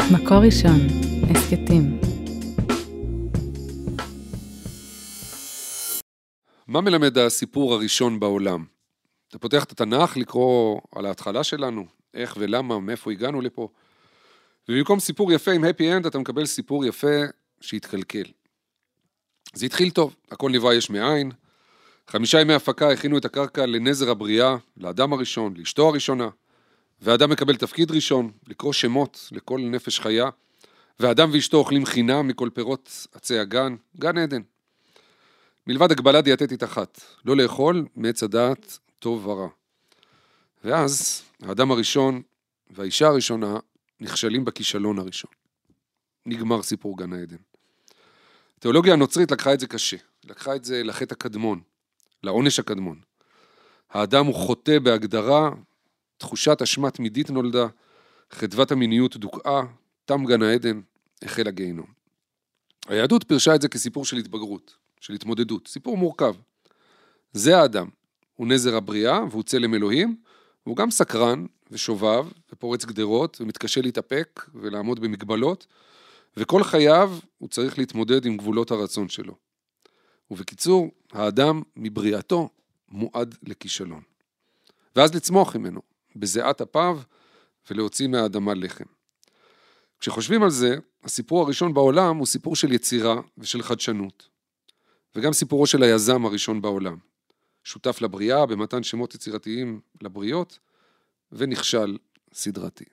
מקור ראשון, הסקטים. מה מלמד הסיפור הראשון בעולם? אתה פותח את התנ"ך לקרוא על ההתחלה שלנו, איך ולמה, מאיפה הגענו לפה. ובמקום סיפור יפה עם happy end, אתה מקבל סיפור יפה שהתקלקל. זה התחיל טוב, הכל נברא יש מאין. 5 ימי הפקה הכינו את הקרקע לנזר הבריאה, לאדם הראשון, לאשתו הראשונה. והאדם מקבל תפקיד ראשון, לקרוא שמות לכל נפש חיה. והאדם ואשתו אוכלים חינם מכל פירות עצי הגן, גן עדן. מלבד הגבלה דיאטטית אחת, לא לאכול מעץ הדעת טוב ורע. ואז האדם הראשון והאישה הראשונה נכשלים בכישלון הראשון. נגמר סיפור גן העדן. התיאולוגיה הנוצרית לקחה את זה קשה, לקחה את זה לחטא הקדמון, לעונש הקדמון. האדם הוא חוטא בהגדרה, תחושת אשמה תמידית נולדה, חדוות המיניות דוכאה, תם גן העדן, החל הגיהינום. היהדות פירשה את זה כסיפור של התבגרות, של התמודדות, סיפור מורכב. זה האדם, הוא נזר הבריאה והוא צלם אלוהים, והוא גם סקרן ושובב ופורץ גדרות ומתקשה להתאפק ולעמוד במגבלות, וכל חייו הוא צריך להתמודד עם גבולות הרצון שלו. ובקיצור, האדם מבריאתו מועד לכישלון. ואז לצמוח ממנו, בזיעת אפיו ולהוציא מהאדמה לחם. כשחושבים על זה, הסיפור הראשון בעולם הוא סיפור של יצירה ושל חדשנות. וגם סיפורו של היזם הראשון בעולם. שותף לבריאה במתן שמות יצירתיים לבריות, ונכשל סדרתי.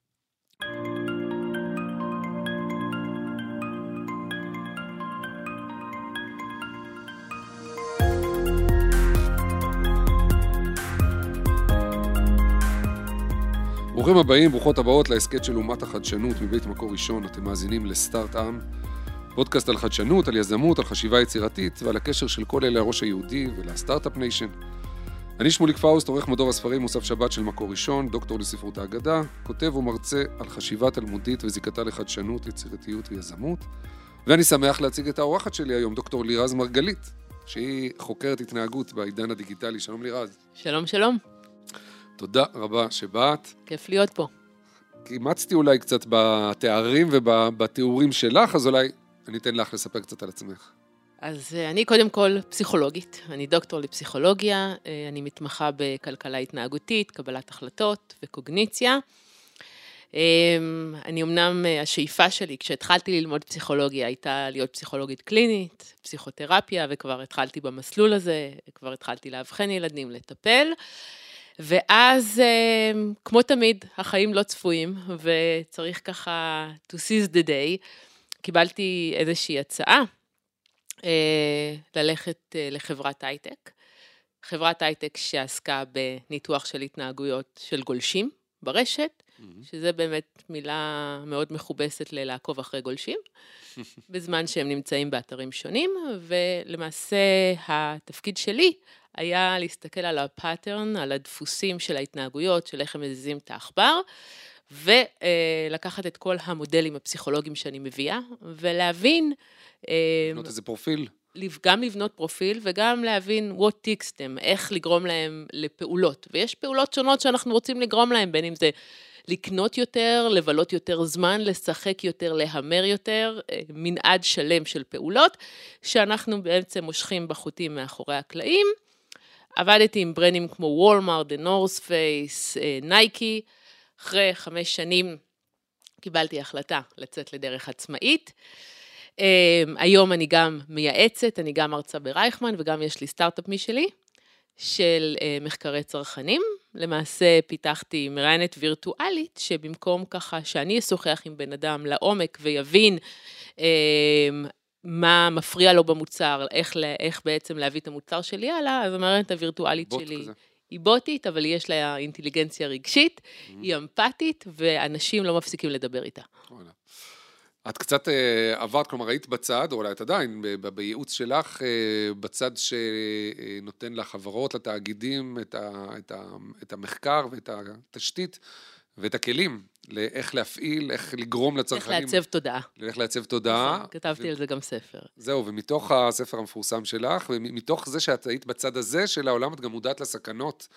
ברוכים הבאים, ברוכות הבאות להסקט של אומת החדשנות מבית מקור ראשון. אתם מאזינים לסטארט-עם, פודקאסט על חדשנות, על יזמות, על חשיבה יצירתית ועל הקשר של כל אלה הראש היהודי ולסטארט-אפ ניישן. אני שמוליק פאוסט, עורך מדור הספרים מוסף שבת של מקור ראשון, דוקטור לספרות האגדה, כותב ומרצה על חשיבה תלמודית וזיקתה לחדשנות, יצירתיות ויזמות. ואני שמח להציג את האורחת שלי היום, דוקטור לירז מרגלית, שהיא חוקרת התנהגות בעידן הדיגיטלי. שלום לירז. שלום, שלום. תודה רבה שבאת. כיף להיות פה. קימצתי אולי קצת בתארים ובתיאורים שלך, אז אולי אני אתן לך לספר קצת על עצמך. אז אני קודם כל פסיכולוגית, אני דוקטור לפסיכולוגיה, אני מתמחה בכלכלה התנהגותית, קבלת החלטות וקוגניציה. אני אמנם, השאיפה שלי כשהתחלתי ללמוד פסיכולוגיה הייתה להיות פסיכולוגית קלינית, פסיכותרפיה, וכבר התחלתי במסלול הזה, כבר התחלתי לאבחן ילדים, לטפל. ואז, כמו תמיד, החיים לא צפויים, וצריך ככה to seize the day. קיבלתי איזושהי הצעה ללכת לחברת הייטק. חברת הייטק שעסקה בניתוח של התנהגויות של גולשים ברשת, שזה באמת מילה מאוד מכובסת לעקוב אחרי גולשים, בזמן שהם נמצאים באתרים שונים, ולמעשה התפקיד שלי היה להסתכל על הפאטרן, על הדפוסים של ההתנהגויות, של איך הם מזיזים את העכבר, ולקחת את כל המודלים הפסיכולוגיים שאני מביאה, ולהבין... לבנות איזה פרופיל. גם לבנות פרופיל, וגם להבין what takes them, איך לגרום להם לפעולות. ויש פעולות שונות שאנחנו רוצים לגרום להם, בין אם זה לקנות יותר, לבלות יותר זמן, לשחק יותר, להמר יותר, מנעד שלם של פעולות, שאנחנו בעצם מושכים בחוטים מאחורי הקלעים. עבדתי עם ברנדים כמו וולמארט, The North Face, נייקי. אחרי 5 שנים קיבלתי החלטה לצאת לדרך עצמאית. היום אני גם מייעצת, אני גם מרצה ברייכמן, וגם יש לי סטארט-אפ משלי, של מחקרי צרכנים. למעשה פיתחתי מראיינת וירטואלית, שבמקום ככה שאני אשוחח עם בן אדם לעומק ויבין מה מפריע לו במוצר, איך בעצם להביא את המוצר שלי הלאה, אז המראיינת הווירטואלית שלי כזה. היא בוטית, אבל יש לה אינטליגנציה רגשית, היא אמפתית, ואנשים לא מפסיקים לדבר איתה. את קצת עברת, כלומר, היית בצד, או אולי את עדיין, בייעוץ שלך, בצד שנותן לחברות, לתאגידים, את המחקר ואת התשתית, ואת הכלים, לאיך להפעיל, איך לגרום לצרכנים. איך לעצב תודעה. איך לעצב תודעה. כתבתי על זה גם ספר. זהו, ומתוך הספר המפורסם שלך, ומתוך זה שאת היית בצד הזה של העולם, את גם מודעת לסכנות,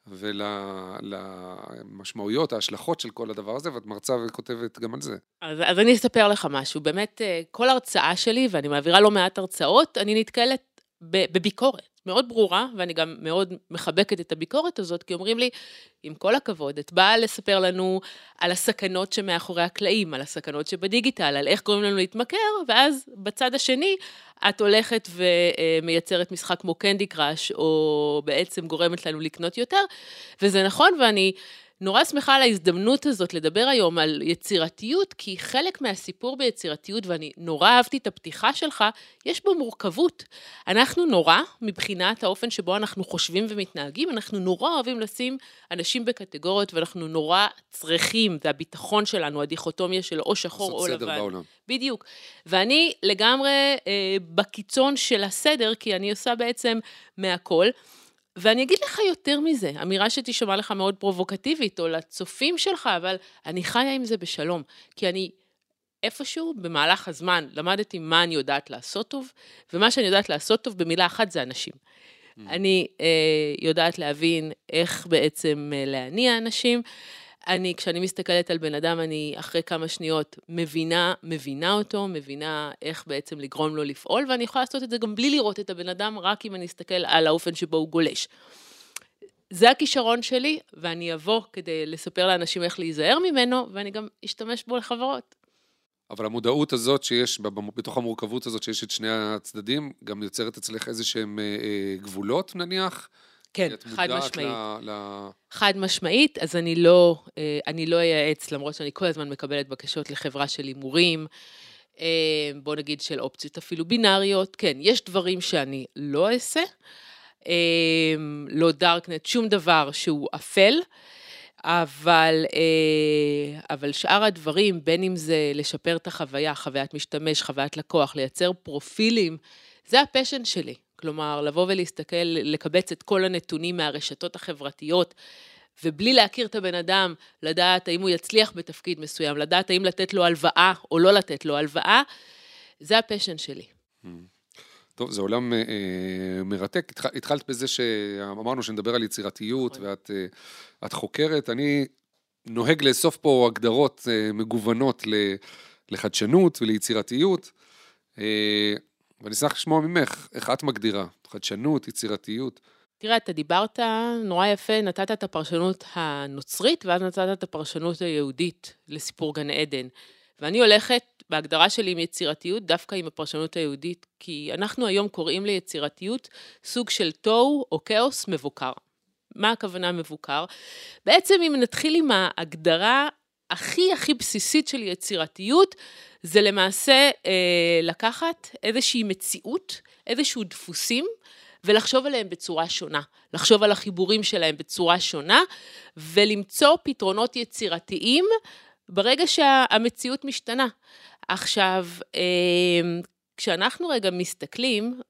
ולמשמעויות, ההשלכות של כל הדבר הזה, ואת מרצה וכותבת גם על זה. אז אני אספר לך משהו. באמת, כל הרצאה שלי, ואני מעבירה לא מעט הרצאות, אני נתקלת בביקורת מאוד ברורה, ואני גם מאוד מחבקת את הביקורת הזאת, כי אומרים לי, עם כל הכבוד, את באה לספר לנו על הסכנות שמאחורי הקלעים, על הסכנות שבדיגיטל, על איך גורמים לנו להתמכר, ואז בצד השני, את הולכת ומייצרת משחק כמו קנדי קראש, או בעצם גורמת לנו לקנות יותר, וזה נכון, ואני נורא שמחה על ההזדמנות הזאת לדבר היום על יצירתיות, כי חלק מהסיפור ביצירתיות, ואני נורא אהבתי את הפתיחה שלך, יש בו מורכבות. אנחנו נורא, מבחינת האופן שבו אנחנו חושבים ומתנהגים, אנחנו נורא אוהבים לשים אנשים בקטגוריות, ואנחנו נורא צריכים, זה הביטחון שלנו, הדיכוטומיה של או שחור או לבן. סדר בעולם. בדיוק. ואני לגמרי בקיצון של הסדר, כי אני עושה בעצם מהכל, ואני אגיד לך יותר מזה, אמירה שתשמע לך מאוד פרובוקטיבית, או לצופים שלך, אבל אני חיה עם זה בשלום, כי אני איפשהו במהלך הזמן למדתי מה אני יודעת לעשות טוב, ומה שאני יודעת לעשות טוב במילה אחת זה אנשים. אני יודעת להבין איך בעצם להניע אנשים, כשאני מסתכלת על בן אדם, אני אחרי כמה שניות מבינה אותו, מבינה איך בעצם לגרום לו לפעול, ואני יכולה לעשות את זה גם בלי לראות את הבן אדם, רק אם אני אסתכל על האופן שבו הוא גולש. זה הכישרון שלי, ואני אבוא כדי לספר לאנשים איך להיזהר ממנו, ואני גם אשתמש בו לחברות. אבל המודעות הזאת שיש, בתוך המורכבות הזאת שיש את שני הצדדים, גם יוצרת אצלך איזה שהם גבולות נניח? כן, חד משמעית. חד משמעית, אז אני לא אייעץ, למרות שאני כל הזמן מקבלת בקשות לחברה של הימורים, בוא נגיד של אופציות אפילו בינאריות, כן, יש דברים שאני לא אעשה, לא דארקנט, שום דבר שהוא אפל, אבל שאר הדברים, בין אם זה לשפר את החוויה, חוויית משתמש, חוויית לקוח, לייצר פרופילים, זה הפשן שלי. כלומר, לבוא ולהסתכל, לקבץ את כל הנתונים מהרשתות החברתיות, ובלי להכיר את הבן אדם, לדעת האם הוא יצליח בתפקיד מסוים, לדעת האם לתת לו הלוואה או לא לתת לו הלוואה, זה הפשן שלי. טוב, זה עולם מרתק. התחלת בזה שאמרנו שנדבר על יצירתיות, ואת חוקרת. אני נוהג לאסוף פה הגדרות מגוונות לחדשנות וליצירתיות, ואני אשמח לשמוע ממך, איך את מגדירה? חדשנות, יצירתיות. תראה, אתה דיברת נורא יפה, נתת את הפרשנות הנוצרית, ואז נתת את הפרשנות היהודית לסיפור גן עדן. ואני הולכת בהגדרה שלי עם יצירתיות, דווקא עם הפרשנות היהודית, כי אנחנו היום קוראים ליצירתיות סוג של תוהו או כאוס מבוקר. מה הכוונה מבוקר? בעצם אם נתחיל עם ההגדרה הכי בסיסית של יצירתיות, זה למעשה לקחת איזושהי מציאות, איזשהו דפוסים, ולחשוב עליהם בצורה שונה, לחשוב על החיבורים שלהם בצורה שונה, ולמצוא פתרונות יצירתיים ברגע שהמציאות משתנה. עכשיו, כשאנחנו רגע מסתכלים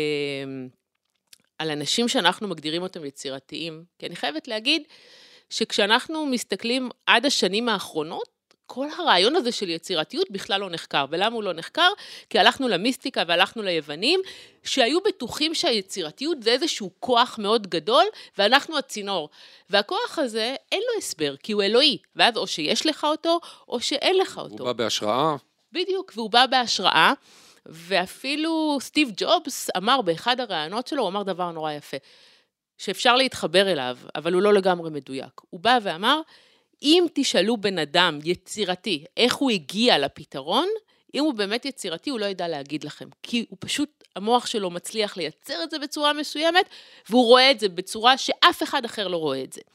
על אנשים שאנחנו מגדירים אותם יצירתיים, כי אני חייבת להגיד שכשאנחנו מסתכלים עד השנים האחרונות, כל הרעיון הזה של יצירתיות בכלל לא נחקר. ולמה הוא לא נחקר? כי הלכנו למיסטיקה והלכנו ליוונים, שהיו בטוחים שהיצירתיות זה איזשהו כוח מאוד גדול, ואנחנו הצינור. והכוח הזה אין לו הסבר, כי הוא אלוהי. ואז או שיש לך אותו, או שאין לך אותו. הוא בא בהשראה. בדיוק, והוא בא בהשראה, ואפילו סטיב ג'ובס אמר באחד הרעיונות שלו, הוא אמר דבר נורא יפה, שאפשר להתחבר אליו, אבל הוא לא לגמרי מדויק. הוא בא ואמר, אם תשאלו בן אדם יצירתי, איך הוא הגיע לפתרון, אם הוא באמת יצירתי, הוא לא ידע להגיד לכם, כי הוא פשוט, המוח שלו מצליח לייצר את זה בצורה מסוימת, והוא רואה את זה בצורה שאף אחד אחר לא רואה את זה.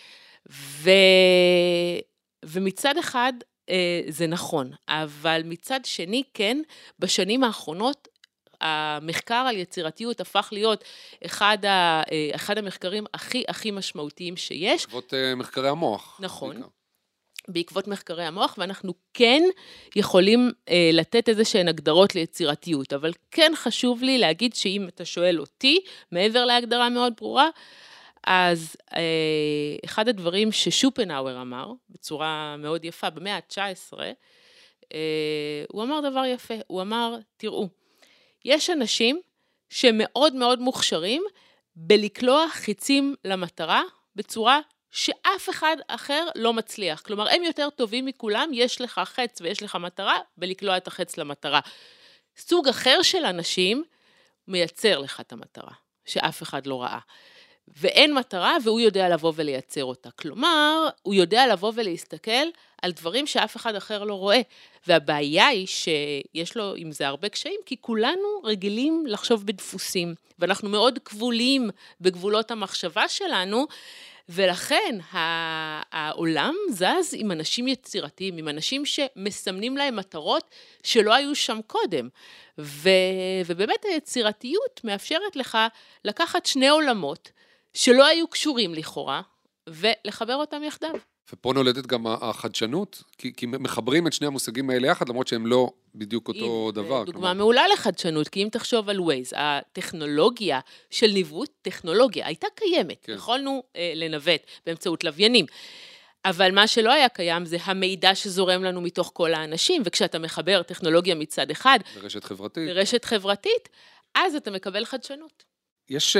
ומצד אחד זה נכון, אבל מצד שני כן, בשנים האחרונות, המחקר על יצירתיות הפך להיות אחד המחקרים הכי משמעותיים שיש. בעקבות מחקרי המוח. נכון. בעקבות מחקרי המוח, ואנחנו כן יכולים לתת איזה שהן הגדרות ליצירתיות, אבל כן חשוב לי להגיד שאם אתה שואל אותי, מעבר להגדרה מאוד ברורה, אז אחד הדברים ששופנהאואר אמר, בצורה מאוד יפה, במאה ה-19, הוא אמר דבר יפה, הוא אמר, תראו, יש אנשים שמאוד מאוד מוכשרים בלקלוע חיצים למטרה בצורה שאף אחד אחר לא מצליח. כלומר, הם יותר טובים מכולם, יש לך חץ ויש לך מטרה, ולקלוע את החץ למטרה. סוג אחר של אנשים מייצר לך את המטרה, שאף אחד לא ראה. ואין מטרה, והוא יודע לבוא ולייצר אותה. כלומר, הוא יודע לבוא ולהסתכל על דברים שאף אחד אחר לא רואה. והבעיה היא שיש לו עם זה הרבה קשיים, כי כולנו רגילים לחשוב בדפוסים, ואנחנו מאוד כבולים בגבולות המחשבה שלנו, ולכן העולם זז עם אנשים יצירתיים, עם אנשים שמסמנים להם מטרות שלא היו שם קודם. ובאמת היצירתיות מאפשרת לך לקחת שני עולמות שלא היו קשורים לכאורה, ולחבר אותם יחדיו. ופה נולדת גם החדשנות, כי מחברים את שני המושגים האלה יחד, למרות שהם לא בדיוק אותו דבר. דוגמה מעולה לחדשנות, כי אם תחשוב על ווייז, הטכנולוגיה של ניווט, טכנולוגיה, הייתה קיימת, יכולנו לנווט באמצעות לוויינים, אבל מה שלא היה קיים זה המידע שזורם לנו מתוך כל האנשים, וכשאתה מחבר טכנולוגיה מצד אחד, לרשת חברתית, אז אתה מקבל חדשנות. יש...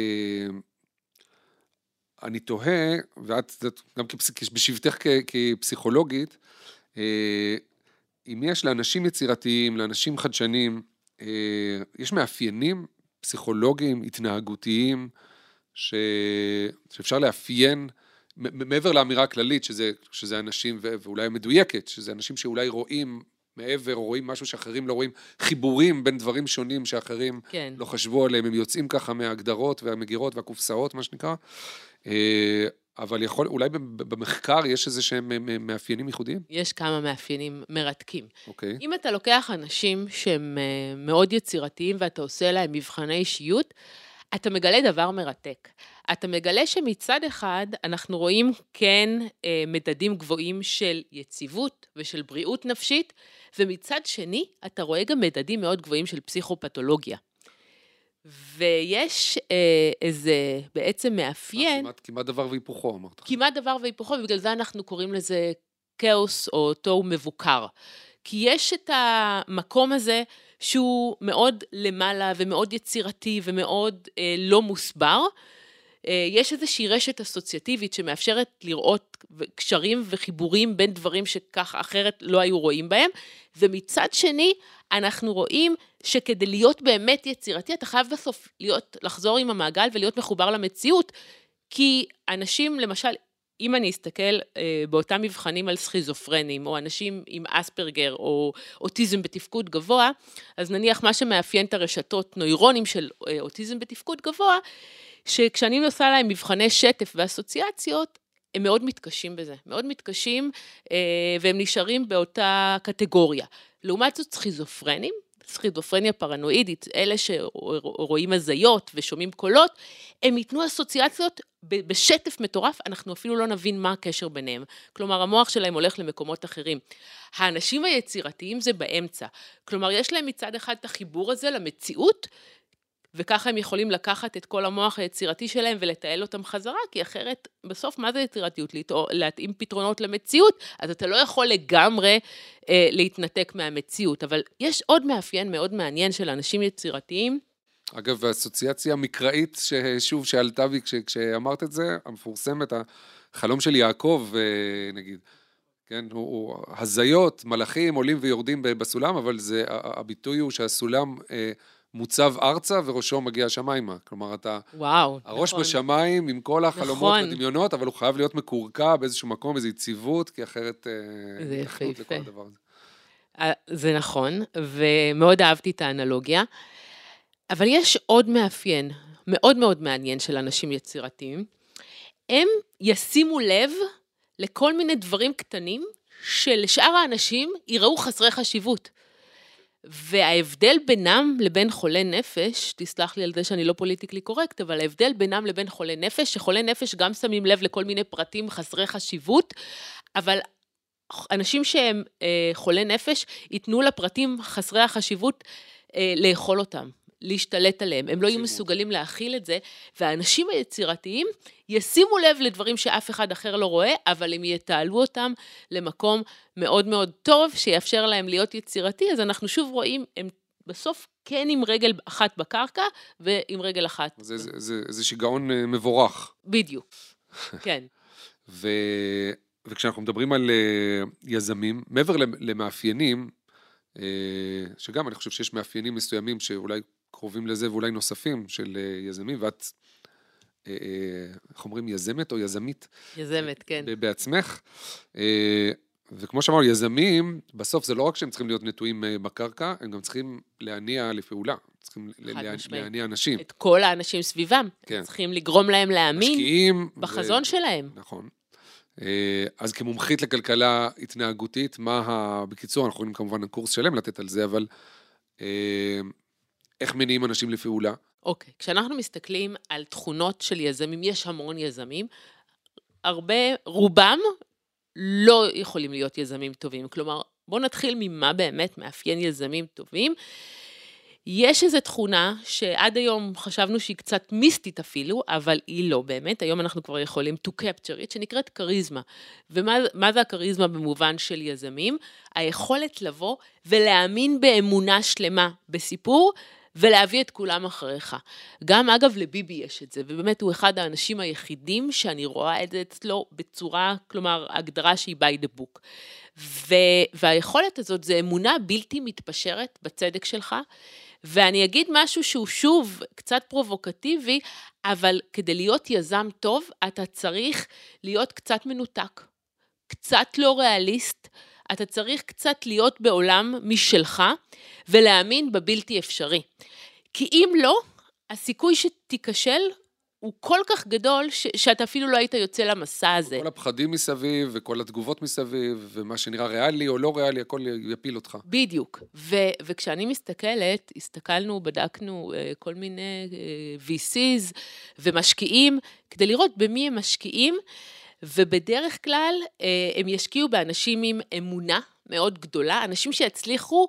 אני תוהה, ואת גם בשבתך כפסיכולוגית, אם יש לאנשים יצירתיים, לאנשים חדשנים, יש מאפיינים פסיכולוגיים, התנהגותיים, שאפשר לאפיין, מעבר לאמירה הכללית, שזה אנשים, ואולי המדויקת, שזה אנשים שאולי רואים מעבר, או רואים משהו שאחרים לא רואים, חיבורים בין דברים שונים שאחרים לא חשבו עליהם, הם יוצאים ככה מההגדרות והמגירות והקופסאות, מה שנקרא, אבל אולי במחקר יש איזה שהם מאפיינים ייחודיים? יש כמה מאפיינים מרתקים. אם אתה לוקח אנשים שהם מאוד יצירתיים, ואתה עושה להם מבחני אישיות, אתה מגלה דבר מרתק. אתה מגלה שמצד אחד אנחנו רואים כן מדדים גבוהים של יציבות ושל בריאות נפשית, ומצד שני אתה רואה גם מדדים מאוד גבוהים של פסיכופתולוגיה. ויש איזה בעצם מאפיין... כמעט דבר והיפוכו, אמרת. כמעט דבר והיפוכו, ובגלל זה אנחנו קוראים לזה כאוס או תוהו מבוקר. כי יש את המקום הזה שהוא מאוד למעלה ומאוד יצירתי ומאוד לא מוסבר. יש איזושהי רשת אסוציאטיבית שמאפשרת לראות קשרים וחיבורים בין דברים שכך אחרת לא היו רואים בהם, ומצד שני אנחנו רואים שכדי להיות באמת יצירתי, אתה חייב בסוף לחזור עם המעגל ולהיות מחובר למציאות, כי אנשים למשל, אם אני אסתכל באותם מבחנים על סכיזופרנים, או אנשים עם אספרגר, או אוטיזם בתפקוד גבוה, אז נניח מה שמאפיין את הרשתות נוירונים של אוטיזם בתפקוד גבוה, שכשאני עושה להם מבחני שטף ואסוציאציות, הם מאוד מתקשים בזה, מאוד מתקשים, והם נשארים באותה קטגוריה. לעומת זאת סכיזופרנים, סכיזופרניה פרנואידית, אלה שרואים הזיות ושומעים קולות, הם ייתנו אסוציאציות בשטף מטורף, אנחנו אפילו לא נבין מה הקשר ביניהם. כלומר, המוח שלהם הולך למקומות אחרים. האנשים היצירתיים זה באמצע. כלומר, יש להם מצד אחד את החיבור הזה למציאות, וככה הם יכולים לקחת את כל המוח היצירתי שלהם ולתעל אותם חזרה, כי אחרת בסוף מה זה יצירתיות? להתאים פתרונות למציאות, אז אתה לא יכול לגמרי להתנתק מהמציאות, אבל יש עוד מאפיין מאוד מעניין של אנשים יצירתיים. אגב, האסוציאציה המקראית ששוב שעלתה בי כשאמרת את זה, המפורסמת, החלום של יעקב נגיד, כן, הוא הזיות, מלאכים עולים ויורדים בסולם, אבל הביטוי הוא שהסולם מוצב ארצה וראשו מגיע השמיימה. כלומר, הראש בשמיים עם כל החלומות ודמיונות, אבל הוא חייב להיות מקורקע באיזשהו מקום, באיזו יציבות, כי אחרת זה יפה. זה נכון, ומאוד אהבתי את האנלוגיה, אבל יש עוד מאפיין, מאוד מאוד מעניין של אנשים יצירתיים, הם ישימו לב לכל מיני דברים קטנים, שלשאר האנשים יראו חסרי חשיבות. וההבדל בינם לבין חולי נפש, תסלח לי על זה שאני לא פוליטיקלי קורקט, אבל ההבדל בינם לבין חולי נפש, שחולי נפש גם שמים לב לכל מיני פרטים חסרי חשיבות, אבל אנשים שהם חולי נפש, ייתנו לפרטים חסרי החשיבות לאכול אותם, להשתלט עליהם. הם לא יהיו מסוגלים להכיל את זה, והאנשים היצירתיים ישימו לב לדברים שאף אחד אחר לא רואה, אבל הם יתעלו אותם למקום מאוד מאוד טוב, שיאפשר להם להיות יצירתי, אז אנחנו שוב רואים, הם בסוף כן עם רגל אחת בקרקע, ועם רגל אחת. זה שיגעון מבורך. בדיוק. כן. וכשאנחנו מדברים על יזמים, מעבר למאפיינים, שגם אני חושב שיש מאפיינים מסוימים שאולי קרובים לזה ואולי נוספים של יזמים, ואת, איך אומרים, יזמת או יזמית? יזמת, כן. בעצמך. וכמו שאמרנו, יזמים, בסוף זה לא רק שהם צריכים להיות נטועים בקרקע, הם גם צריכים להניע לפעולה, צריכים להניע אנשים. את כל האנשים סביבם, כן. הם צריכים לגרום להם להאמין משקיעים, בחזון שלהם. נכון. אז כמומחית לכלכלה התנהגותית, בקיצור, אנחנו יכולים כמובן קורס שלם לתת על זה, אבל איך מניעים אנשים לפעולה? אוקיי, כשאנחנו מסתכלים על תכונות של יזמים, יש המון יזמים, רובם לא יכולים להיות יזמים טובים. כלומר, בואו נתחיל ממה באמת מאפיין יזמים טובים. יש איזו תכונה שעד היום חשבנו שהיא קצת מיסטית אפילו, אבל היא לא באמת. היום אנחנו כבר יכולים to capture it, שנקראת קריזמה. ומה זה הקריזמה במובן של יזמים? היכולת לבוא ולהאמין באמונה שלמה בסיפור, ולהביא את כולם אחריך. גם אגב לביבי יש את זה, ובאמת הוא אחד האנשים היחידים שאני רואה את זה אצלו בצורה, כלומר, הגדרה שהיא by the book. והיכולת הזאת זה אמונה בלתי מתפשרת בצדק שלך, ואני אגיד משהו שהוא שוב קצת פרובוקטיבי, אבל כדי להיות יזם טוב, אתה צריך להיות קצת מנותק, קצת לא ריאליסט, אתה צריך קצת להיות בעולם משלך, ולהאמין בבלתי אפשרי. כי אם לא, הסיכוי שתיכשל הוא כל כך גדול, שאתה אפילו לא היית יוצא למסע הזה. כל הפחדים מסביב, וכל התגובות מסביב, ומה שנראה ריאלי או לא ריאלי, הכל יפיל אותך. בדיוק. וכשאני מסתכלת, הסתכלנו, בדקנו כל מיני VCs ומשקיעים, כדי לראות במי הם משקיעים, ובדרך כלל הם ישקיעו באנשים עם אמונה מאוד גדולה, אנשים שיצליחו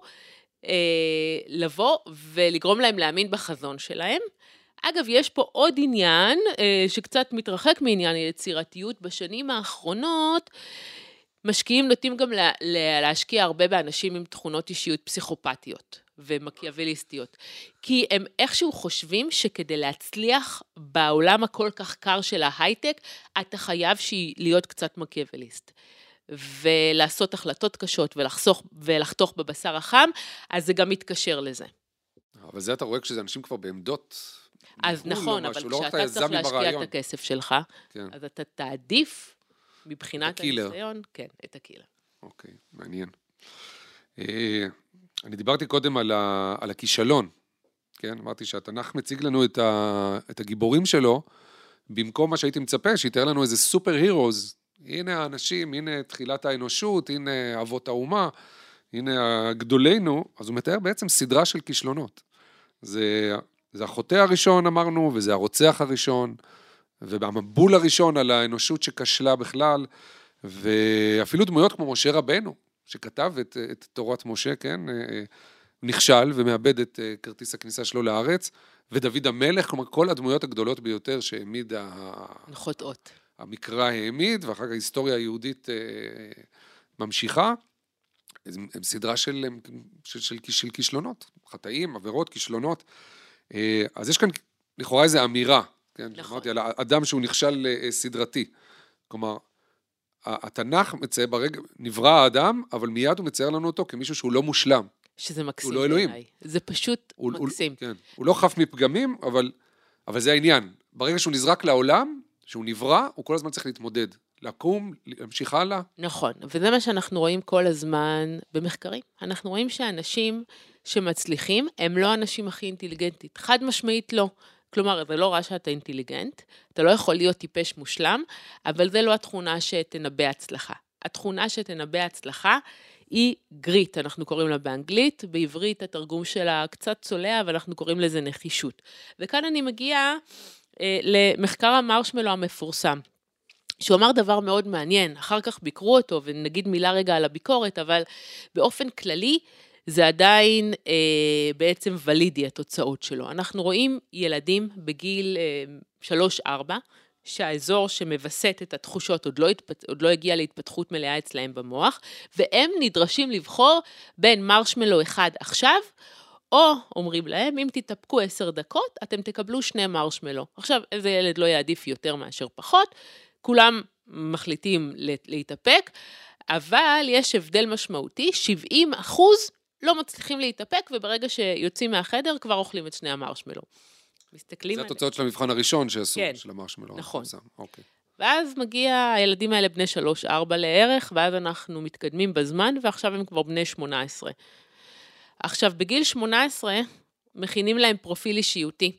לבוא ולגרום להם להאמין בחזון שלהם. אגב, יש פה עוד עניין שקצת מתרחק מעניין היצירתיות. בשנים האחרונות משקיעים נוטים גם להשקיע הרבה באנשים עם תכונות אישיות פסיכופתיות ומקיאווליסטיות. כי הם איכשהו חושבים שכדי להצליח בעולם הכל כך קר של ההייטק, אתה חייב להיות קצת מקיאווליסט. ולעשות החלטות קשות ולחתוך בבשר החם, אז זה גם מתקשר לזה. אבל זה אתה רואה כשזה אנשים כבר בעמדות... אז נכון, אבל כשאתה צריך להשקיע את הכסף שלך, אז אתה תעדיף מבחינת הניסיון, כן, את הקילר. אוקיי, מעניין. אני דיברתי קודם על הכישלון, כן? אמרתי שהתנ"ך מציג לנו את הגיבורים שלו, במקום מה שהייתי מצפה, שיתאר לנו איזה סופר הירוז, הנה האנשים, הנה תחילת האנושות, הנה אבות האומה, הנה גדולנו, אז הוא מתאר בעצם סדרה של כישלונות. זה החוטא הראשון אמרנו, וזה הרוצח הראשון, והמבול הראשון על האנושות שכשלה בכלל, ואפילו דמויות כמו משה רבנו, שכתב את תורת משה, כן, נכשל ומאבד את כרטיס הכניסה שלו לארץ, ודוד המלך, כלומר כל הדמויות הגדולות ביותר שהעמיד חוטאות. המקרא העמיד, ואחר כך ההיסטוריה היהודית ממשיכה, הם סדרה של כישלונות, חטאים, עבירות, כישלונות. אז יש כאן לכאורה איזו אמירה, כן? נכון. אמרתי, על האדם שהוא נכשל סדרתי. כלומר, התנ"ך מצייר ברגע, נברא האדם, אבל מיד הוא מצייר לנו אותו כמישהו שהוא לא מושלם. שזה מקסים. הוא לא אלוהים. זה פשוט מקסים. כן. הוא לא חף מפגמים, אבל זה העניין. ברגע שהוא נזרק לעולם, שהוא נברא, הוא כל הזמן צריך להתמודד. לקום, להמשיך הלאה. נכון, וזה מה שאנחנו רואים כל הזמן במחקרים. אנחנו רואים שאנשים שמצליחים, הם לא האנשים הכי אינטליגנטית. חד משמעית לא. כלומר, זה לא רע שאתה אינטליגנט, אתה לא יכול להיות טיפש מושלם, אבל זה לא התכונה שתנבא הצלחה. התכונה שתנבא הצלחה היא גריט, אנחנו קוראים לה באנגלית, בעברית התרגום שלה קצת צולע, אבל אנחנו קוראים לזה נחישות. וכאן אני מגיעה למחקר המרשמלו המפורסם, שהוא אמר דבר מאוד מעניין, אחר כך ביקרו אותו, ונגיד מילה רגע על הביקורת, אבל באופן כללי, זה עדיין בעצם ולידי התוצאות שלו. אנחנו רואים ילדים בגיל 3-4, שהאזור שמבסט את התחושות עוד לא הגיע להתפתחות מלאה אצלהם במוח, והם נדרשים לבחור בין מרשמלו אחד עכשיו, או אומרים להם, אם תתאפקו 10 דקות, אתם תקבלו 2 מרשמלו. עכשיו, איזה ילד לא יעדיף יותר מאשר פחות, כולם מחליטים להתאפק, אבל יש הבדל משמעותי, 70% לא מצליחים להתאפק, וברגע שיוצאים מהחדר כבר אוכלים את שני המרשמלו. מסתכלים זה התוצאות של המבחן הראשון שעשו, כן, של המרשמלו. נכון. אוקיי. ואז מגיע הילדים האלה בני 3-4 לערך, ואז אנחנו מתקדמים בזמן, ועכשיו הם כבר בני 18. עכשיו, בגיל 18, מכינים להם פרופיל אישיותי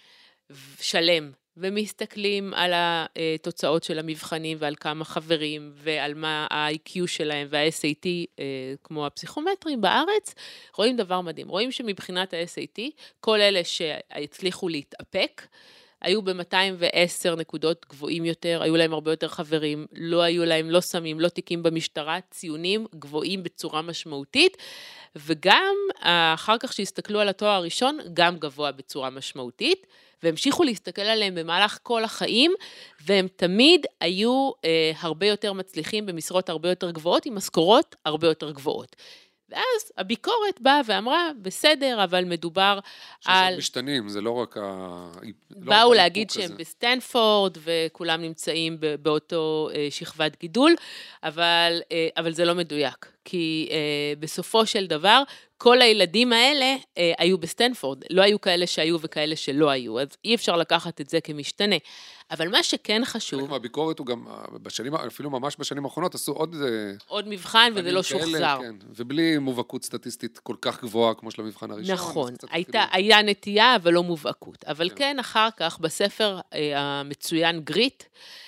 שלם, ומסתכלים על התוצאות של המבחנים, ועל כמה חברים, ועל מה ה-IQ שלהם, וה-SAT, כמו הפסיכומטרים בארץ, רואים דבר מדהים. רואים שמבחינת ה-SAT, כל אלה שהצליחו להתאפק, היו ב-210 נקודות גבוהים יותר, היו להם הרבה יותר חברים, לא היו להם לא סמים, לא תיקים במשטרה, ציונים גבוהים בצורה משמעותית, וגם אחר כך שהסתכלו על התואר הראשון, גם גבוה בצורה משמעותית, והמשיכו להסתכל עליהם במהלך כל החיים, והם תמיד היו הרבה יותר מצליחים במשרות הרבה יותר גבוהות, עם משכורות הרבה יותר גבוהות. ואז הביקורת באה ואמרה, בסדר, אבל מדובר על... משתנים, זה לא רק באו להגיד שהם בסטנפורד, וכולם נמצאים באותו שכבת גידול, אבל זה לא מדויק, כי בסופו של דבר, כל הילדים האלה היו בסטנפורד, לא היו כאלה שהיו וכאלה שלא היו, אז אי אפשר לקחת את זה כמשתנה. אבל מה שכן חשוב... חלק מהביקורת הוא גם, אפילו ממש בשנים האחרונות, עשו עוד מבחן וזה לא שוחזר. כן, ובלי מובהקות סטטיסטית כל כך גבוהה כמו של המבחן הראשון. נכון, היה נטייה אבל לא מובהקות. אבל כן, אחר כך בספר המצוין גריט,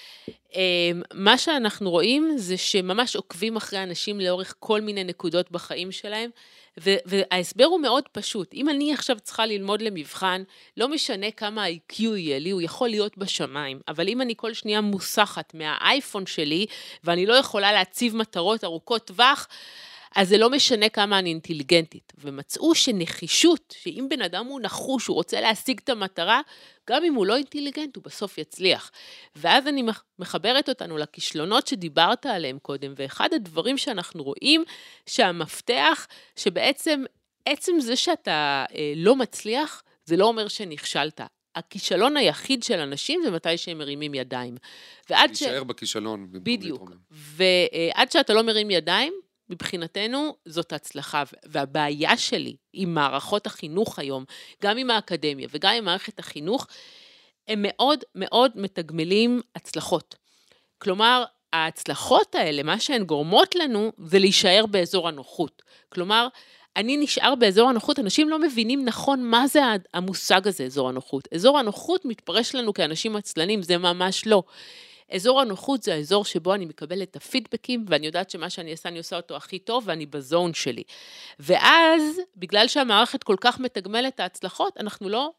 מה שאנחנו רואים זה שממש עוקבים אחרי אנשים לאורך כל מיני נקודות בחיים שלהם, וההסבר הוא מאוד פשוט. אם אני עכשיו צריכה ללמוד למבחן, לא משנה כמה ה-IQ יהיה לי, הוא יכול להיות בשמיים, אבל אם אני כל שנייה מוסחת מהאייפון שלי, ואני לא יכולה להציב מטרות ארוכות טווח, אז זה לא משנה כמה אני אינטליגנטית. ומצאו שנחישות, שאם בן אדם הוא נחוש, הוא רוצה להשיג את המטרה, גם אם הוא לא אינטליגנט, הוא בסוף יצליח. ואז אני מחברת אותנו לכישלונות שדיברת עליהם קודם, ואחד הדברים שאנחנו רואים, שהמפתח, שבעצם, עצם זה שאתה לא מצליח, זה לא אומר שנכשלת. הכישלון היחיד של אנשים זה מתי שהם מרימים ידיים. להישאר בכישלון. בדיוק. ועד שאתה לא מרים ידיים, מבחינתנו זאת הצלחה, והבעיה שלי עם מערכות החינוך היום, גם עם האקדמיה וגם עם מערכת החינוך, הם מאוד מאוד מתגמלים הצלחות. כלומר, ההצלחות האלה, מה שהן גורמות לנו, זה להישאר באזור הנוחות. כלומר, אני נשאר באזור הנוחות, אנשים לא מבינים נכון מה זה המושג הזה, אזור הנוחות. אזור הנוחות מתפרש לנו כאנשים עצלנים, זה ממש לא. אזור הנוחות זה האזור שבו אני מקבלת את הפידבקים, ואני יודעת שמה שאני עושה, אני עושה אותו הכי טוב, ואני בזון שלי. ואז, בגלל שהמערכת כל כך מתגמלת את ההצלחות, אנחנו לא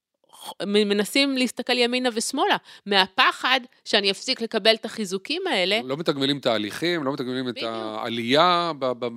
מנסים להסתכל ימינה ושמאלה, מהפחד שאני אפסיק לקבל את החיזוקים האלה. לא מתגמלים תהליכים, לא מתגמלים את העלייה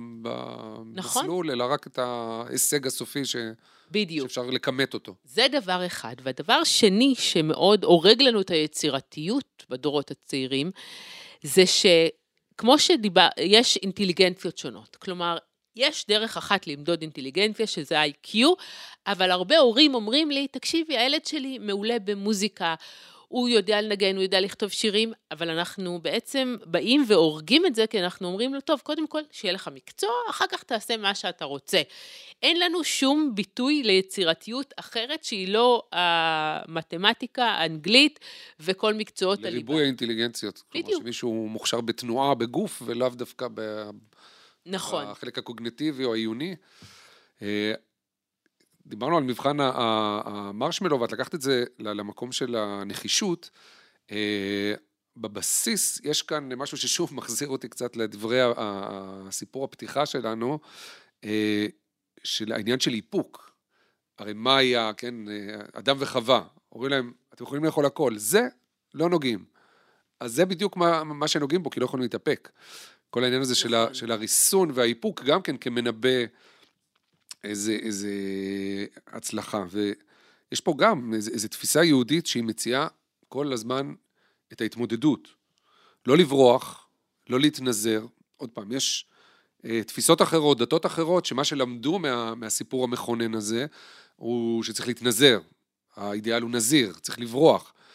במסלול, אלא רק את ההישג הסופי שאפשר לקמת אותו. זה דבר אחד. והדבר שני שמאוד הורג לנו את היצירתיות בדורות הצעירים, זה שכמו יש אינטליגנציות שונות. כלומר, יש דרך אחת למדוד אינטליגנציה, שזה IQ, אבל הרבה הורים אומרים לי, תקשיבי, הילד שלי מעולה במוזיקה, הוא יודע לנגן, הוא יודע לכתוב שירים, אבל אנחנו בעצם באים והורגים את זה, כי אנחנו אומרים לו, טוב, קודם כל, שיהיה לך מקצוע, אחר כך תעשה מה שאתה רוצה. אין לנו שום ביטוי ליצירתיות אחרת, שהיא לא המתמטיקה, האנגלית, וכל מקצועות הליבה. לריבוי האינטליגנציות. בדיוק. כלומר, שמישהו מוכשר בתנועה, בגוף, ולאו דווקא נכון. החלק הקוגניטיבי או העיוני. דיברנו על מבחן המרשמלו, ואת לקחת את זה למקום של הנחישות. בבסיס יש כאן משהו ששוב מחזיר אותי קצת לדברי הסיפור הפתיחה שלנו, של העניין של איפוק. הרי מה היה, כן, אדם וחווה, אומרים להם, אתם יכולים לאכול הכל, זה לא נוגעים. אז זה בדיוק מה שנוגעים בו, כי לא יכולים להתאפק. כל העניין הזה של הריסון והאיפוק, גם כן כמנבא איזה הצלחה. ויש פה גם איזו תפיסה יהודית שהיא מציעה כל הזמן את ההתמודדות. לא לברוח, לא להתנזר. עוד פעם, יש תפיסות אחרות, דתות אחרות, שמה שלמדו מהסיפור המכונן הזה, הוא שצריך להתנזר. האידיאל הוא נזיר, צריך לברוח.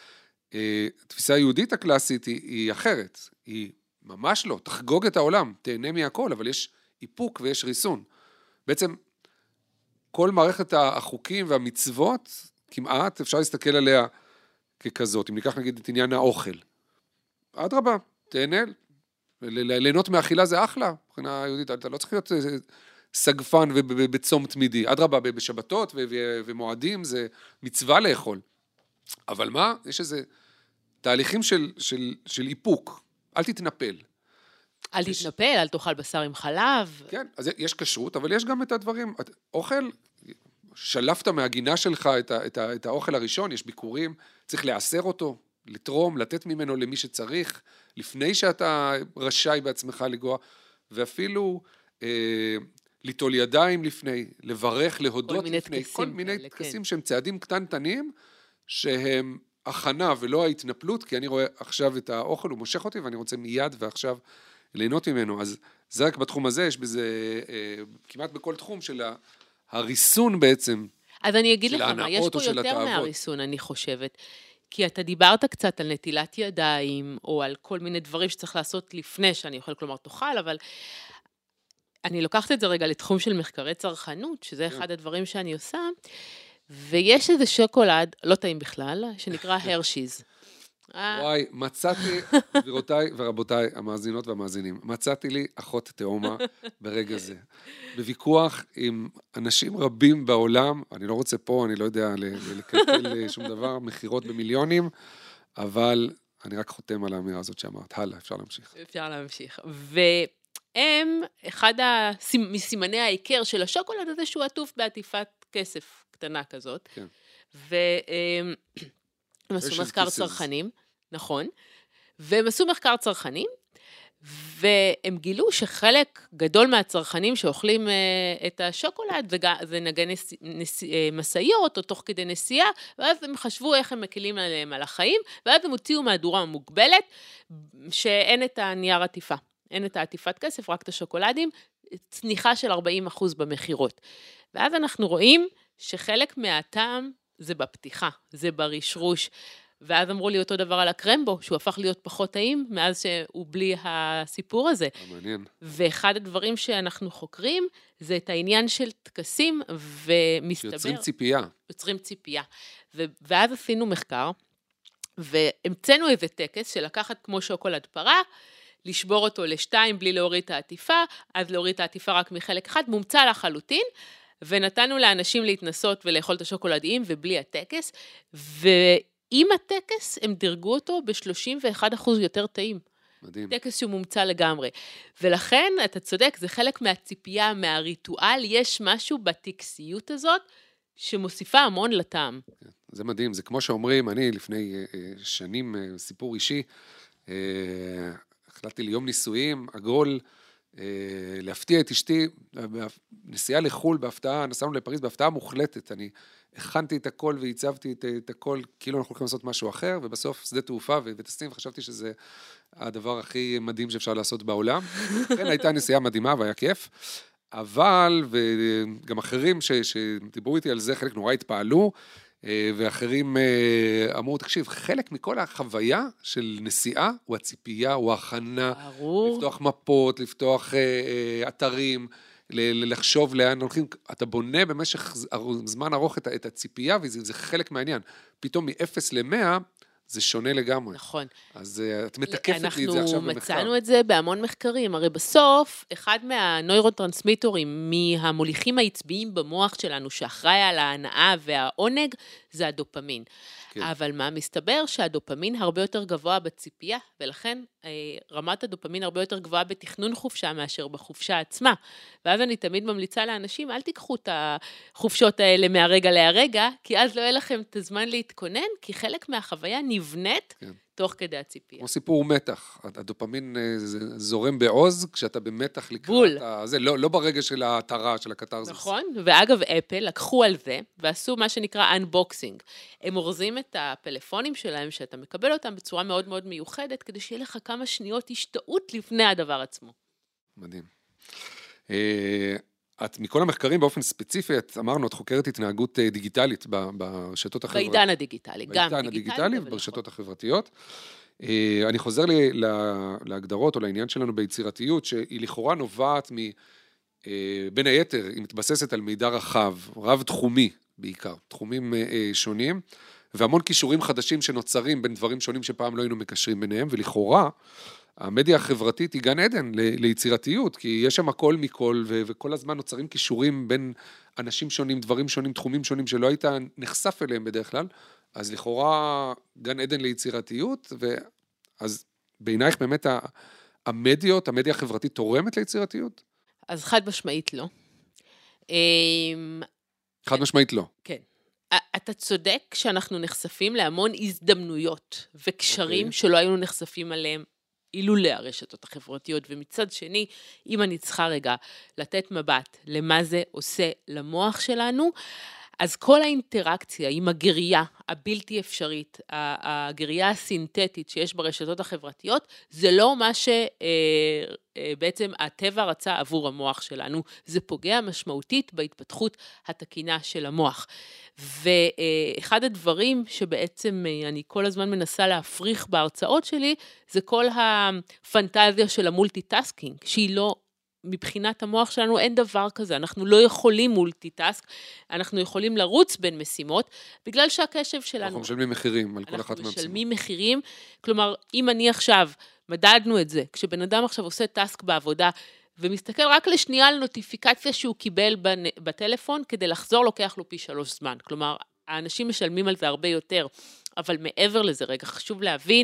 התפיסה היהודית הקלאסית היא אחרת, היא ממש לא, תחגוג את העולם, תהנה מהכל, אבל יש איפוק ויש ריסון. בעצם כל מערכת החוקים והמצוות, כמעט אפשר להסתכל עליה ככזאת. אם ניקח נגיד את עניין האוכל, אדרבה, תהנה, ליהנות מאכילה זה אחלה, מבחינה יהודית, אתה לא צריך להיות סגפן ובצום תמידי, אדרבה, בשבתות ומועדים זה מצווה לאכול. אבל מה? יש איזה תהליכים של איפוק, אל תתנפל. אל תתנפל, אל תאכל בשר עם חלב. כן, אז יש כשרות, אבל יש גם את הדברים, אוכל, שלפת מהגינה שלך את האוכל הראשון, יש ביקורים, צריך לאסר אותו, לתרום, לתת ממנו למי שצריך, לפני שאתה רשאי בעצמך לגוע, ואפילו ליטול ידיים לפני, לברך, להודות לפני, כל מיני תקסים שהם צעדים קטנטנים, שהם הכנה ולא ההתנפלות, כי אני רואה עכשיו את האוכל, הוא מושך אותי ואני רוצה מיד ועכשיו ליהנות ממנו, אז זה רק בתחום הזה, יש בזה כמעט בכל תחום של הריסון בעצם, אז אני אגיד לך מה, יש פה יותר מהריסון, אני חושבת, כי אתה דיברת קצת על נטילת ידיים, או על כל מיני דברים שצריך לעשות לפני שאני אוכל, כלומר תאכל, אבל אני לוקחת את זה רגע לתחום של מחקרי צרכנות, שזה אחד הדברים שאני עושה, ויש איזה שוקולד, לא טעים בכלל, שנקרא הרשיז. וואי, מצאתי, גבירותיי ורבותיי, המאזינות והמאזינים, מצאתי לי אחות תאומה ברגע זה. בוויכוח עם אנשים רבים בעולם, אני לא רוצה פה, אני לא יודע לקלקל שום דבר, מחירות במיליונים, אבל אני רק חותם על האמירה הזאת שאמרת. הלאה, אפשר להמשיך. אפשר להמשיך. והם, אחד מסימני העיקר של השוקולד הזה, שהוא עטוף בעטיפת כסף קטנה כזאת. כן. הם עשו מחקר צרכנים, נכון, והם עשו מחקר צרכנים, והם גילו שחלק גדול מהצרכנים שאוכלים את השוקולד, זה נגן מסעיות או תוך כדי נסיעה, ואז הם חשבו איך הם מקלים עליהם על החיים, ואז הם הוציאו מהדורה מוגבלת, שאין את הנייר עטיפה, אין את העטיפת כסף, רק את השוקולדים, צניחה של 40% במחירות. ואז אנחנו רואים שחלק מהטעם זה בפתיחה, זה ברשרוש, ואז אמרו לי אותו דבר על הקרמבו, שהוא הפך להיות פחות טעים, מאז שהוא בלי הסיפור הזה. מעניין. ואחד הדברים שאנחנו חוקרים, זה את העניין של טקסים, ומסתבר... יוצרים ציפייה. יוצרים ציפייה. ואז עשינו מחקר, והמצאנו איזה טקס, שלקחת כמו שוקולד פרה, לשבור אותו לשתיים בלי להוריד את העטיפה, אז להוריד את העטיפה רק מחלק אחד, מומצא לחלוטין, ונתנו לאנשים להתנסות ולאכול את השוקולד עם ובלי הטקס, ועם הטקס הם דרגו אותו ב-31% יותר טעים. מדהים. טקס שהוא מומצא לגמרי. ולכן, אתה צודק, זה חלק מהציפייה, מהריטואל, יש משהו בטקסיות הזאת, שמוסיפה המון לטעם. זה מדהים, זה כמו שאומרים, אני לפני שנים, סיפור אישי, החלטתי ליום נישואים, עגול, להפתיע את אשתי, נסיעה לחול בהפתעה, נסענו לפריז בהפתעה מוחלטת, אני הכנתי את הכל והצבתי את הכל, כאילו אנחנו הולכים לעשות משהו אחר, ובסוף שדה תעופה וטסים, וחשבתי שזה הדבר הכי מדהים שאפשר לעשות בעולם. כן, הייתה נסיעה מדהימה והיה כיף, אבל, וגם אחרים שדיברו איתי על זה, חלק נורא התפעלו, ואחרים אמרו, תקשיב, חלק מכל החוויה של נסיעה, הוא הציפייה, הוא ההכנה, לפתוח מפות, לפתוח אתרים, לחשוב לאן הולכים, אתה בונה במשך זמן ארוך את הציפייה, וזה חלק מהעניין. פתאום מ-0 ל-100, זה שונה לגמרי. נכון. אז את מתקפת לי את זה עכשיו במחקר. אנחנו מצאנו את זה בהמון מחקרים, הרי בסוף, אחד מהנוירוטרנסמיטורים, מהמוליכים העצביים במוח שלנו, שאחראי על ההנאה והעונג, זה הדופמין. כן. אבל מה מסתבר? שהדופמין הרבה יותר גבוה בציפייה, ולכן רמת הדופמין הרבה יותר גבוהה בתכנון חופשה מאשר בחופשה עצמה. ואז אני תמיד ממליצה לאנשים, אל תיקחו את החופשות האלה מהרגע להרגע, כי אז לא יהיה לכם את הזמן להתכונן, כי חלק מהחוויה נבנית כן. תוך כדי הציפייה. כמו סיפור מתח, הדופמין זורם בעוז, כשאתה במתח לקראת, זה לא ברגע של ההתרה, של הקטרזוס. נכון, ואגב אפל לקחו על זה, ועשו מה שנקרא unboxing. הם אורזים את הפלאפונים שלהם, שאתה מקבל אותם בצורה מאוד מאוד מיוחדת, כדי שיהיה לך כמה שניות השתאות לפני הדבר עצמו. מדהים. את מכל המחקרים באופן ספציפי, את אמרנו, את חוקרת התנהגות דיגיטלית ברשתות החברתיות. בעידן הדיגיטלי, גם בעידן הדיגיטלי וברשתות החברתיות. אני חוזר להגדרות או לעניין שלנו ביצירתיות, שהיא לכאורה נובעת בין היתר, היא מתבססת על מידע רחב, רב תחומי בעיקר, תחומים שונים, והמון קישורים חדשים שנוצרים בין דברים שונים שפעם לא היינו מקשרים ביניהם, ולכאורה, המדיה החברתית היא גן עדן ליצירתיות, כי יש שם הכל מכל, וכל הזמן נוצרים קישורים בין אנשים שונים, דברים שונים, תחומים שונים, שלא היית נחשף אליהם בדרך כלל, אז לכאורה גן עדן ליצירתיות, אז בעינייך באמת המדיה החברתית תורמת ליצירתיות? אז חד משמעית לא. חד משמעית לא. כן. אתה צודק שאנחנו נחשפים להמון הזדמנויות וקשרים שלא היינו נחשפים עליהם אילולא הרשתות החברתיות, ומצד שני, אם אני צריכה רגע לתת מבט למה זה עושה למוח שלנו, אז כל האינטראקציה עם הגריה הבלתי אפשרית, הגריה הסינתטית שיש ברשתות החברתיות, זה לא מה שבעצם הטבע רצה עבור המוח שלנו, זה פוגע משמעותית בהתפתחות התקינה של המוח. ואחד הדברים שבעצם אני כל הזמן מנסה להפריך בהרצאות שלי, זה כל הפנטזיה של המולטיטאסקינג, שהיא לא מבחינת המוח שלנו אין דבר כזה, אנחנו לא יכולים מולטיטאסק, אנחנו יכולים לרוץ בין משימות, בגלל שהקשב שלנו... אנחנו משלמים מחירים על כל אחת מהמשימות. אנחנו משלמים מחירים, כלומר, אם אני עכשיו, מדדנו את זה, כשבן אדם עכשיו עושה טאסק בעבודה, ומסתכל רק לשנייה על נוטיפיקציה שהוא קיבל בטלפון, כדי לחזור לוקח לו פי 3 זמן, כלומר, האנשים משלמים על זה הרבה יותר, אבל מעבר לזה, רגע, חשוב להבין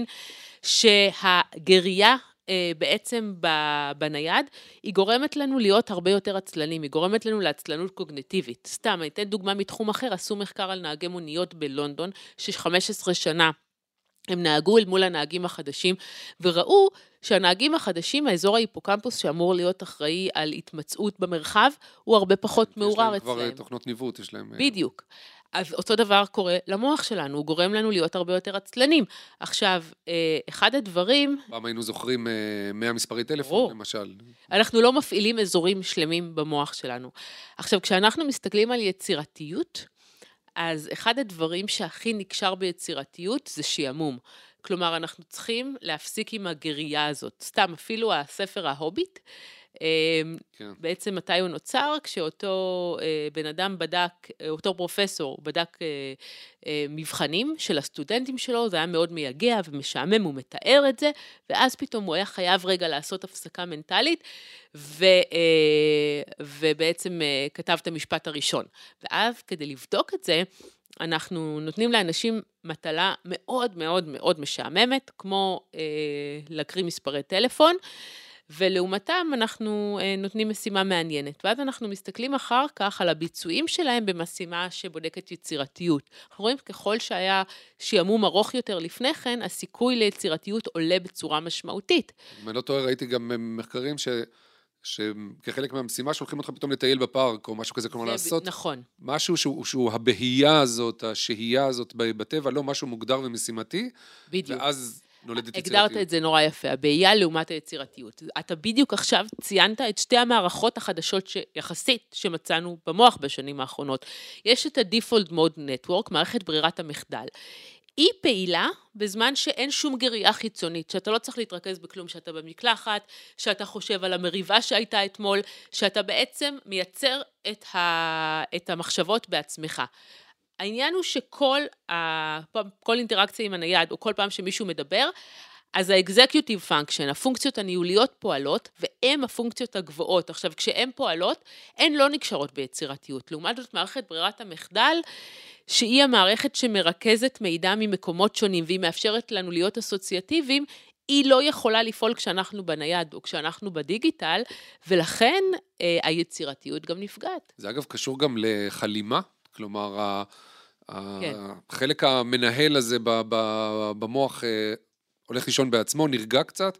שהגריה בעצם בנייד, היא גורמת לנו להיות הרבה יותר עצלנים, היא גורמת לנו לעצלנות קוגניטיבית. סתם, אני אתן דוגמה מתחום אחר, עשו מחקר על נהגי מוניות בלונדון, ש15 שנה הם נהגו אל מול הנהגים החדשים, וראו שהנהגים החדשים, האזור ההיפוקמפוס שאמור להיות אחראי על התמצאות במרחב, הוא הרבה פחות מעורר אצלם. יש להם כבר תוכנות ניווט, יש להם... בדיוק. אז אותו דבר קורה למוח שלנו, הוא גורם לנו להיות הרבה יותר עצלנים. עכשיו, אחד הדברים... פעם היינו זוכרים 100 מספרי טלפון, למשל. אנחנו לא מפעילים אזורים שלמים במוח שלנו. עכשיו, כשאנחנו מסתכלים על יצירתיות, אז אחד הדברים שהכי נקשר ביצירתיות זה שיעמום. כלומר, אנחנו צריכים להפסיק עם הגריה הזאת. סתם, אפילו הספר ההוביט, כן. בעצם מתי הוא נוצר, כשאותו בן אדם בדק, אותו פרופסור בדק מבחנים של הסטודנטים שלו, זה היה מאוד מייגע ומשעמם, הוא מתאר את זה, ואז פתאום הוא היה חייב רגע לעשות הפסקה מנטלית, ובעצם כתב את המשפט הראשון. ואז כדי לבדוק את זה, אנחנו נותנים לאנשים מטלה מאוד מאוד מאוד משעממת, כמו להקריא מספרי טלפון, ולעומתם אנחנו נותנים משימה מעניינת, ואז אנחנו מסתכלים אחר כך על הביצועים שלהם במשימה שבודקת יצירתיות. אנחנו רואים ככל שהיה שיעמום ארוך יותר לפני כן, הסיכוי ליצירתיות עולה בצורה משמעותית. אם אני לא טועה, ראיתי גם מחקרים שכחלק מהמשימה שולחים אותך פתאום לטייל בפארק, או משהו כזה, כלומר לעשות נכון. משהו שהוא הבהייה הזאת, השהייה הזאת בטבע, לא משהו מוגדר ומשימתי, בדיוק. ואז נולדת יצירתיות. הגדרת את זה נורא יפה, הבעיה לעומת היצירתיות. אתה בדיוק עכשיו ציינת את שתי המערכות החדשות יחסית שמצאנו במוח בשנים האחרונות. יש את ה-Default Mode Network, מערכת ברירת המחדל. היא פעילה בזמן שאין שום גריה חיצונית, שאתה לא צריך להתרכז בכלום, שאתה במקלחת, שאתה חושב על המריבה שהייתה אתמול, שאתה בעצם מייצר את המחשבות בעצמך. העניין הוא שכל אינטראקציה עם הנייד, או כל פעם שמישהו מדבר, אז ה-executive function, הפונקציות הניהוליות פועלות, והן הפונקציות הגבוהות. עכשיו, כשהן פועלות, הן לא נקשרות ביצירתיות. לעומת זאת, מערכת ברירת המחדל, שהיא המערכת שמרכזת מידע ממקומות שונים, והיא מאפשרת לנו להיות אסוציאטיביים, היא לא יכולה לפעול כשאנחנו בנייד או כשאנחנו בדיגיטל, ולכן היצירתיות גם נפגעת. זה אגב קשור גם לחלימה, כלומר, כן. החלק המנהל הזה במוח הולך לישון בעצמו, נרגע קצת,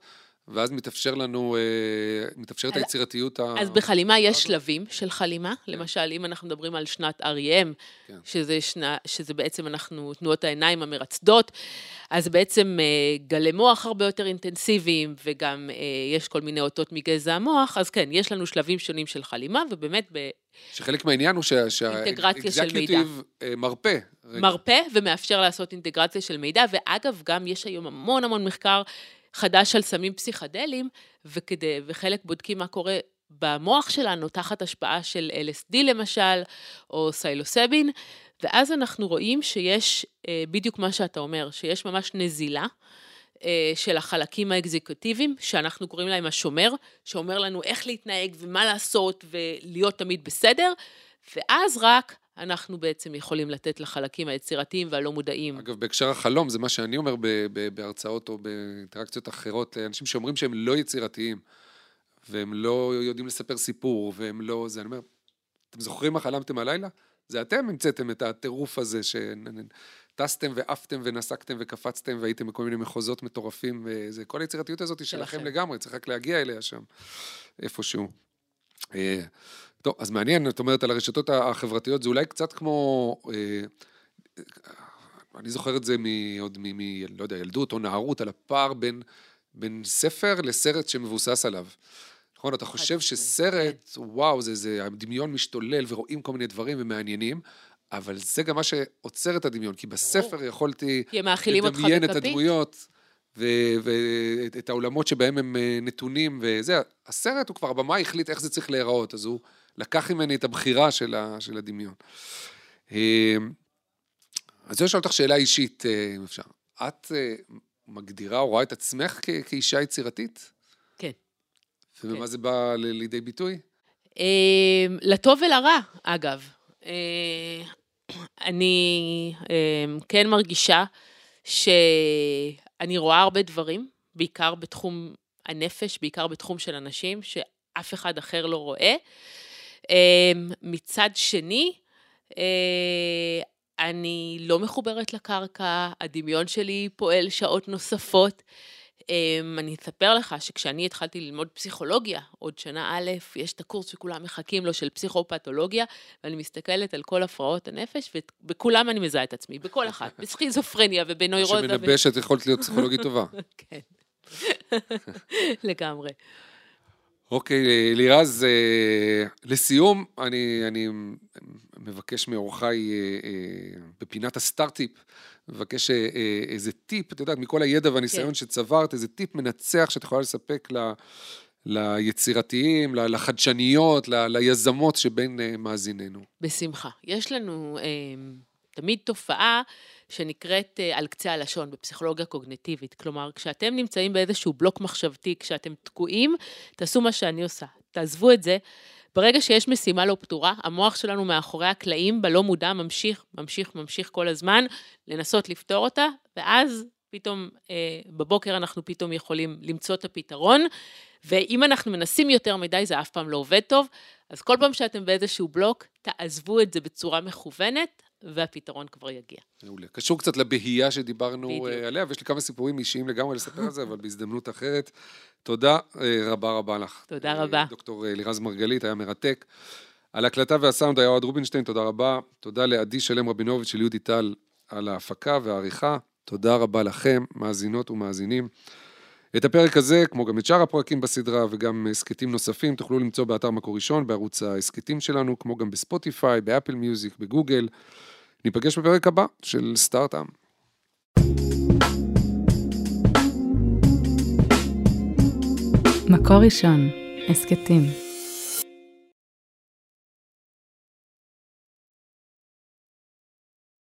ואז מתאפשרת היצירתיות אז בחלימה יש שלבים של חלימה, למשל, אם אנחנו מדברים על שנת REM, שזה בעצם תנועות העיניים המרצדות, אז בעצם גלי מוח הרבה יותר אינטנסיביים, וגם יש כל מיני אותות מגזע המוח, אז כן, יש לנו שלבים שונים של חלימה, ובאמת שחלק מהעניין הוא שהאקזקיוטיב מרפא, ומאפשר לעשות אינטגרציה של מידע, ואגב, גם יש היום המון מחקר חדש על סמים פסיכדליים, וחלק בודקים מה קורה במוח שלנו, תחת השפעה של LSD למשל, או סיילוסבין, ואז אנחנו רואים שיש, בדיוק מה שאתה אומר, שיש ממש נזילה, של החלקים האקזקוטיביים, שאנחנו קוראים להם השומר, שאומר לנו איך להתנהג ומה לעשות ולהיות תמיד בסדר, ואז רק אנחנו בעצם יכולים לתת לחלקים היצירתיים והלא מודעים. אגב, בהקשר החלום, זה מה שאני אומר בהרצאות או באינטראקציות אחרות, לאנשים שאומרים שהם לא יצירתיים, והם לא יודעים לספר סיפור, והם לא, זה אני אומר, אתם זוכרים מה חלמתם הלילה? זה אתם המצאתם את הטירוף הזה טסתם ואפתם ונסקתם וקפצתם והייתם בכל מיני מחוזות מטורפים, וזה כל היצירתיות הזאת היא שלכם לגמרי, צריך רק להגיע אליה שם, איפשהו. טוב, אז מעניין, את אומרת על הרשתות החברתיות, זה אולי קצת כמו, אני זוכר את זה עוד לא יודע, ילדות או נערות, על הפער בין ספר לסרט שמבוסס עליו. נכון, אתה חושב שסרט, וואו, זה הדמיון משתולל ורואים כל מיני דברים ומעניינים, אבל זה גם מה שעוצר את הדמיון, כי בספר יכולתי לדמיין את הדמויות, ואת העולמות שבהם הם נתונים, וזה, הסרט הוא כבר, הבמה החליט איך זה צריך להיראות, אז הוא לקח ממני את הבחירה של הדמיון. אז אני שואל אותך שאלה אישית, אם אפשר. את מגדירה או רואה את עצמך כאישה יצירתית? כן. ובמה זה בא לידי ביטוי? לטוב ולרע, אגב. אני כן מרגישה שאני רואה הרבה דברים, בעיקר בתחום הנפש, בעיקר בתחום של אנשים, שאף אחד אחר לא רואה. מצד שני, אני לא מחוברת לקרקע, הדמיון שלי פועל שעות נוספות. אני אספר לך שכשאני התחלתי ללמוד פסיכולוגיה, עוד שנה א', יש את הקורס שכולם מחכים לו של פסיכופתולוגיה, ואני מסתכלת על כל הפרעות הנפש, ובכולם אני מזהה את עצמי, בכל אחת, בסכיזופרניה ובנוירוזה. שמנבא שאת יכולת להיות פסיכולוגית טובה. כן, לגמרי. אוקיי, לירז, לסיום, אני מבקש מאורחי בפינת הסטארט-טיפ, מבקש איזה טיפ, אתה יודעת, מכל הידע והניסיון שצברת, איזה טיפ מנצח שאת יכולה לספק ליצירתיים, לחדשניות, ליזמות שבין מאזיננו. בשמחה. יש לנו תמיד תופעה שנקראת על קצה הלשון בפסיכולוגיה קוגניטיבית. כלומר, כשאתם נמצאים באיזשהו בלוק מחשבתי, כשאתם תקועים, תעשו מה שאני עושה. תעזבו את זה. ברגע שיש משימה לא פתורה, המוח שלנו מאחורי הקלעים, בלא מודע, ממשיך כל הזמן, לנסות לפתור אותה, ואז פתאום בבוקר אנחנו פתאום יכולים למצוא את הפתרון, ואם אנחנו מנסים יותר מדי, זה אף פעם לא עובד טוב, אז כל פעם שאתם באיזשהו בלוק, תעזבו את זה בצורה מכוונת, והפתרון כבר יגיע. מעולה. קשור קצת לבהייה שדיברנו עליה, ויש לי כמה סיפורים אישיים לגמרי לספר על זה, אבל בהזדמנות אחרת. תודה רבה לך. תודה רבה. דוקטור לירז מרגלית, היה מרתק. על ההקלטה והסאונד היה אוהד רובינשטיין, תודה רבה. תודה לעדי שלם רבינוביץ' של יהודי טל על ההפקה והעריכה. תודה רבה לכם, מאזינות ומאזינים. את הפרק הזה, כמו גם את שאר הפרקים בסדרה, וגם סקטים נוספים, תוכלו למצוא באתר מקור ראשון, בערוץ הסקטים שלנו, כמו גם בספוטיפיי, באפל מיוזיק, בגוגל. ניפגש בפרק הבא של סטארט-אפ. מקור ראשון, הסקטים.